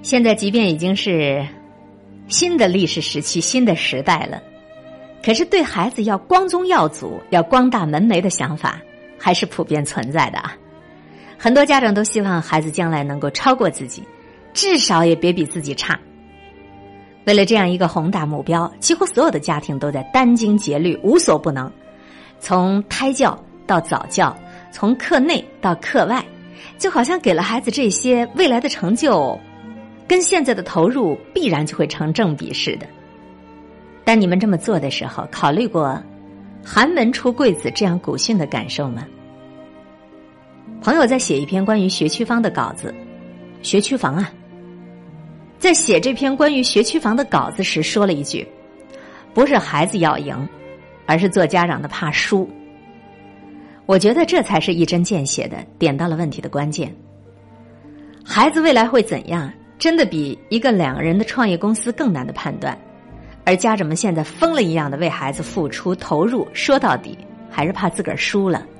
现在即便已经是新的历史时期、新的时代了，可是对孩子要光宗耀祖、要光大门楣的想法还是普遍存在的啊。很多家长都希望孩子将来能够超过自己，至少也别比自己差。为了这样一个宏大目标，几乎所有的家庭都在殚精竭虑，无所不能。从胎教到早教，从课内到课外，就好像给了孩子这些，未来的成就跟现在的投入必然就会成正比似的。但你们这么做的时候，考虑过寒门出贵子这样古训的感受吗？朋友在写一篇关于学区房的稿子，学区房啊，在写这篇关于学区房的稿子时说了一句，不是孩子要赢，而是做家长的怕输。我觉得这才是一针见血的点到了问题的关键。孩子未来会怎样，真的比一个2个人的创业公司更难的判断，而家长们现在疯了一样的为孩子付出投入，说到底还是怕自个儿输了。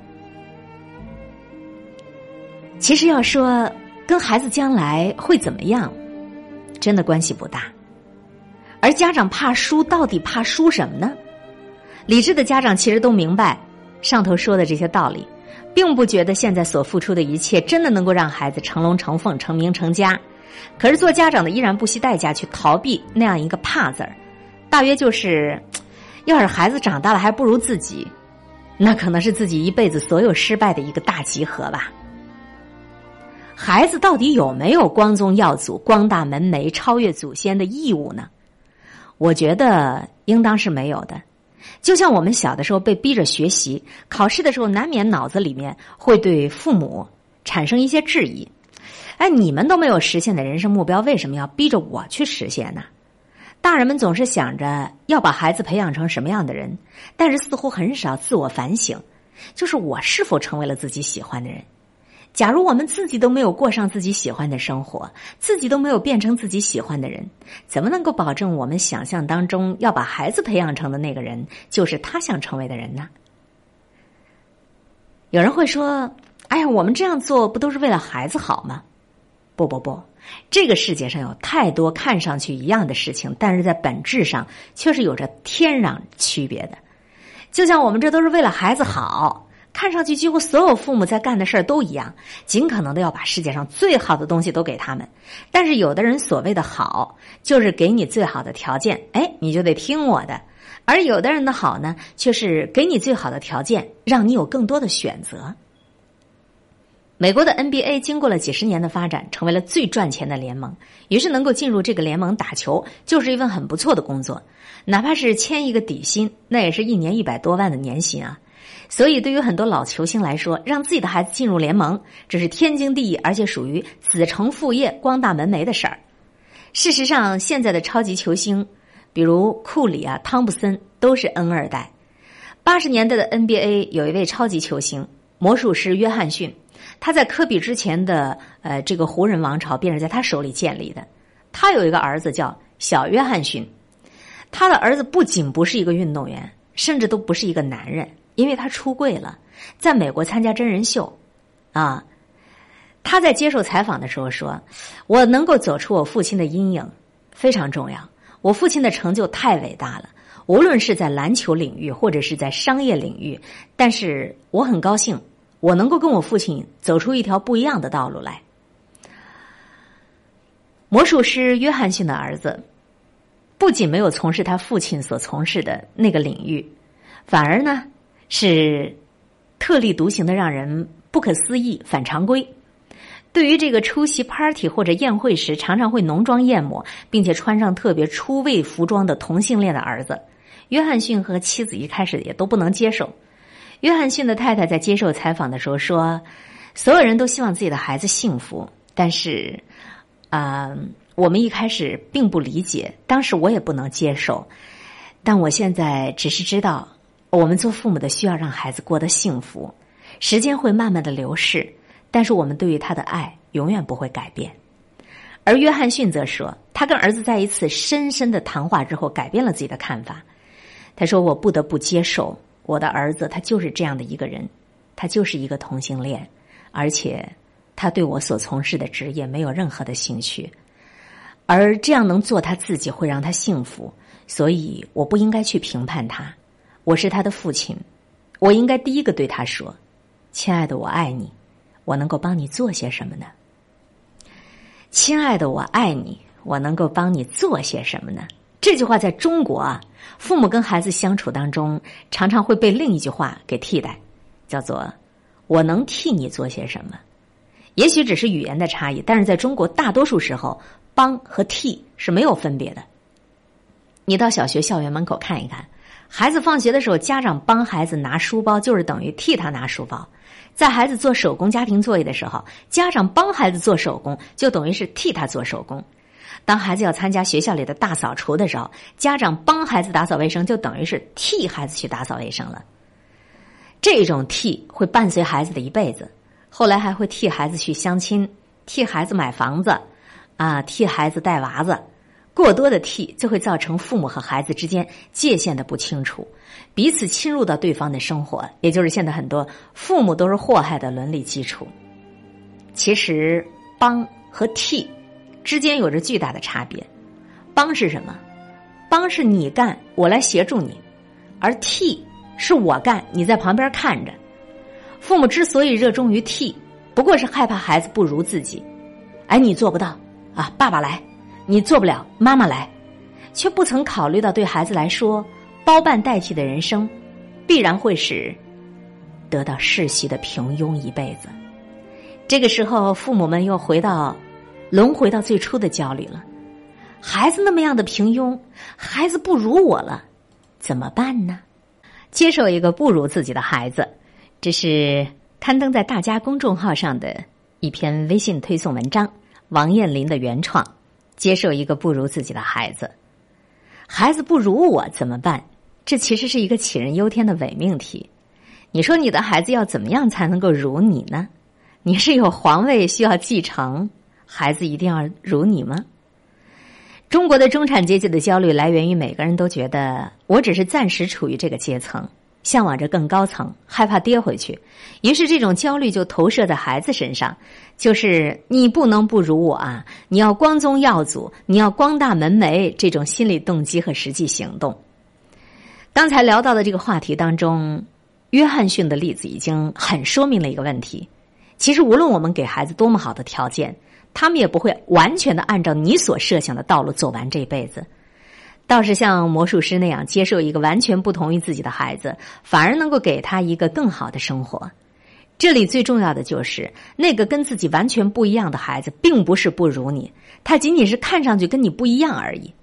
其实要说跟孩子将来会怎么样，真的关系不大。而家长怕输，到底怕输什么呢？理智的家长其实都明白上头说的这些道理，并不觉得现在所付出的一切真的能够让孩子成龙成凤、成名成家。可是做家长的依然不惜代价去逃避那样一个怕字儿，大约就是要是孩子长大了还不如自己，那可能是自己一辈子所有失败的一个大集合吧。孩子到底有没有光宗耀祖、光大门楣、超越祖先的义务呢？我觉得应当是没有的。就像我们小的时候被逼着学习，考试的时候难免脑子里面会对父母产生一些质疑。哎，你们都没有实现的人生目标，为什么要逼着我去实现呢？大人们总是想着要把孩子培养成什么样的人，但是似乎很少自我反省，就是我是否成为了自己喜欢的人。假如我们自己都没有过上自己喜欢的生活，自己都没有变成自己喜欢的人，怎么能够保证我们想象当中要把孩子培养成的那个人就是他想成为的人呢？有人会说，哎呀，我们这样做不都是为了孩子好吗？不，这个世界上有太多看上去一样的事情，但是在本质上却是有着天壤区别的。就像我们这都是为了孩子好，看上去几乎所有父母在干的事儿都一样，尽可能的要把世界上最好的东西都给他们。但是有的人所谓的好，就是给你最好的条件，哎，你就得听我的。而有的人的好呢，却是给你最好的条件，让你有更多的选择。美国的 NBA 经过了几十年的发展，成为了最赚钱的联盟，于是能够进入这个联盟打球，就是一份很不错的工作，哪怕是签一个底薪，那也是1年100多万的年薪啊。所以对于很多老球星来说，让自己的孩子进入联盟，这是天经地义，而且属于子承父业、光大门楣的事儿。事实上，现在的超级球星，比如库里啊、汤普森，都是 N2代。80年代的 NBA 有一位超级球星，魔术师约翰逊，他在科比之前的这个湖人王朝便是在他手里建立的。他有一个儿子叫小约翰逊，他的儿子不仅不是一个运动员，甚至都不是一个男人，因为他出柜了，在美国参加真人秀啊。他在接受采访的时候说，我能够走出我父亲的阴影非常重要，我父亲的成就太伟大了，无论是在篮球领域或者是在商业领域，但是我很高兴我能够跟我父亲走出一条不一样的道路来。魔术师约翰逊的儿子不仅没有从事他父亲所从事的那个领域，反而呢是特立独行的，让人不可思议、反常规。对于这个出席 party 或者宴会时常常会浓妆艳抹，并且穿上特别出位服装的同性恋的儿子，约翰逊和妻子一开始也都不能接受。约翰逊的太太在接受采访的时候说，所有人都希望自己的孩子幸福，但是我们一开始并不理解，当时我也不能接受，但我现在只是知道，我们做父母的需要让孩子过得幸福。时间会慢慢的流逝，但是我们对于他的爱永远不会改变。而约翰逊则说，他跟儿子在一次深深的谈话之后改变了自己的看法。他说，我不得不接受我的儿子他就是这样的一个人，他就是一个同性恋，而且他对我所从事的职业没有任何的兴趣。 而这样能做他自己会让他幸福，所以我不应该去评判他。我是他的父亲，我应该第一个对他说，亲爱的，我爱你，我能够帮你做些什么呢？亲爱的，我爱你，我能够帮你做些什么呢？这句话在中国啊，父母跟孩子相处当中常常会被另一句话给替代，叫做我能替你做些什么。也许只是语言的差异，但是在中国大多数时候帮和替是没有分别的。你到小学校园门口看一看，孩子放学的时候，家长帮孩子拿书包就是等于替他拿书包。在孩子做手工家庭作业的时候，家长帮孩子做手工就等于是替他做手工。当孩子要参加学校里的大扫除的时候，家长帮孩子打扫卫生就等于是替孩子去打扫卫生了。这种替会伴随孩子的一辈子，后来还会替孩子去相亲，替孩子买房子替孩子带娃子。过多的替就会造成父母和孩子之间界限的不清楚，彼此侵入到对方的生活，也就是现在很多父母都是祸害的伦理基础。其实帮和替之间有着巨大的差别。帮是什么？帮是你干，我来协助你，而替是我干，你在旁边看着。父母之所以热衷于替，不过是害怕孩子不如自己。你做不到爸爸来，你做不了，妈妈来，却不曾考虑到对孩子来说，包办代替的人生必然会使得到世袭的平庸一辈子。这个时候父母们又轮回到最初的焦虑了。孩子那么样的平庸，孩子不如我了，怎么办呢？接受一个不如自己的孩子，这是刊登在大家公众号上的一篇微信推送文章，王艳林的原创。接受一个不如自己的孩子，孩子不如我怎么办？这其实是一个杞人忧天的伪命题。你说你的孩子要怎么样才能够如你呢？你是有皇位需要继承，孩子一定要如你吗？中国的中产阶级的焦虑来源于每个人都觉得我只是暂时处于这个阶层，向往着更高层，害怕跌回去，于是这种焦虑就投射在孩子身上，就是你不能不如我你要光宗耀祖，你要光大门楣，这种心理动机和实际行动。刚才聊到的这个话题当中，约翰逊的例子已经很说明了一个问题，其实无论我们给孩子多么好的条件，他们也不会完全的按照你所设想的道路走完这辈子。倒是像魔术师那样接受一个完全不同于自己的孩子，反而能够给他一个更好的生活。这里最重要的就是那个跟自己完全不一样的孩子并不是不如你，他仅仅是看上去跟你不一样而已。